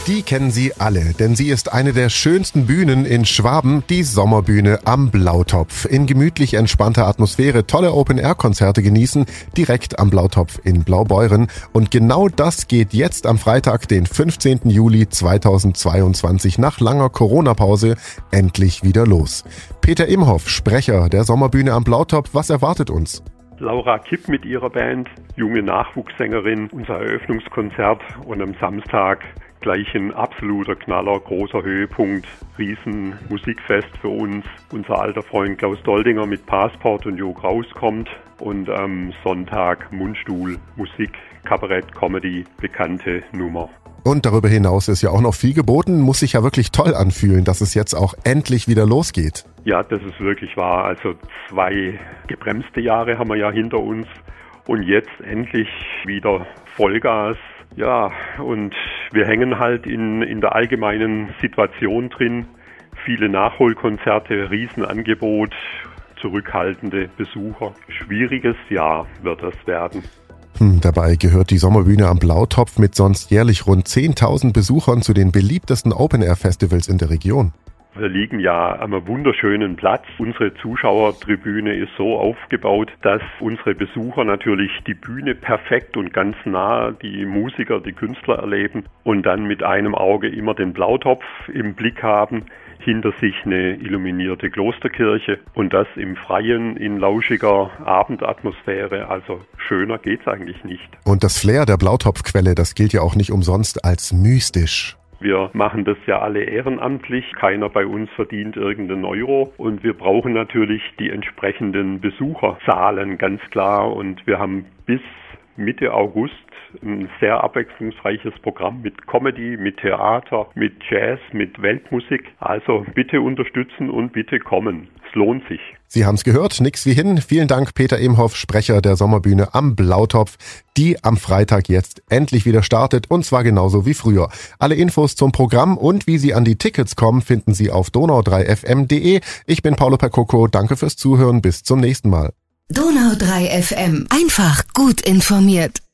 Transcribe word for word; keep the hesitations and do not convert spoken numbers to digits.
Die kennen Sie alle, denn sie ist eine der schönsten Bühnen in Schwaben, die Sommerbühne am Blautopf. In gemütlich entspannter Atmosphäre tolle Open-Air-Konzerte genießen, direkt am Blautopf in Blaubeuren. Und genau das geht jetzt am Freitag, den fünfzehnten Juli zweitausendzweiundzwanzig, nach langer Corona-Pause endlich wieder los. Peter Imhoff, Sprecher der Sommerbühne am Blautopf, was erwartet uns? Laura Kipp mit ihrer Band, junge Nachwuchssängerin, unser Eröffnungskonzert und am Samstag gleich ein absoluter Knaller, großer Höhepunkt, riesen Musikfest für uns. Unser alter Freund Klaus Doldinger mit Passport und Jo Kraus kommt und am Sonntag Mundstuhl, Musik, Kabarett, Comedy, bekannte Nummer. Und darüber hinaus ist ja auch noch viel geboten, muss sich ja wirklich toll anfühlen, dass es jetzt auch endlich wieder losgeht. Ja, das ist wirklich wahr. Also zwei gebremste Jahre haben wir ja hinter uns und jetzt endlich wieder Vollgas. Ja, und wir hängen halt in, in der allgemeinen Situation drin. Viele Nachholkonzerte, Riesenangebot, zurückhaltende Besucher. Schwieriges Jahr wird das werden. Hm, dabei gehört die Sommerbühne am Blautopf mit sonst jährlich rund zehntausend Besuchern zu den beliebtesten Open-Air-Festivals in der Region. Wir liegen ja am wunderschönen Platz. Unsere Zuschauertribüne ist so aufgebaut, dass unsere Besucher natürlich die Bühne perfekt und ganz nah die Musiker, die Künstler erleben und dann mit einem Auge immer den Blautopf im Blick haben. Hinter sich eine illuminierte Klosterkirche und das im Freien in lauschiger Abendatmosphäre. Also schöner geht's eigentlich nicht. Und das Flair der Blautopfquelle, das gilt ja auch nicht umsonst als mystisch. Wir machen das ja alle ehrenamtlich. Keiner bei uns verdient irgendeinen Euro. Und wir brauchen natürlich die entsprechenden Besucherzahlen, ganz klar. Und wir haben bis Mitte August ein sehr abwechslungsreiches Programm mit Comedy, mit Theater, mit Jazz, mit Weltmusik. Also bitte unterstützen und bitte kommen. Es lohnt sich. Sie haben es gehört, nix wie hin. Vielen Dank, Peter Imhoff, Sprecher der Sommerbühne am Blautopf, die am Freitag jetzt endlich wieder startet und zwar genauso wie früher. Alle Infos zum Programm und wie Sie an die Tickets kommen, finden Sie auf donau drei f m punkt de. Ich bin Paolo Percoco, danke fürs Zuhören, bis zum nächsten Mal. Donau drei F M, einfach gut informiert.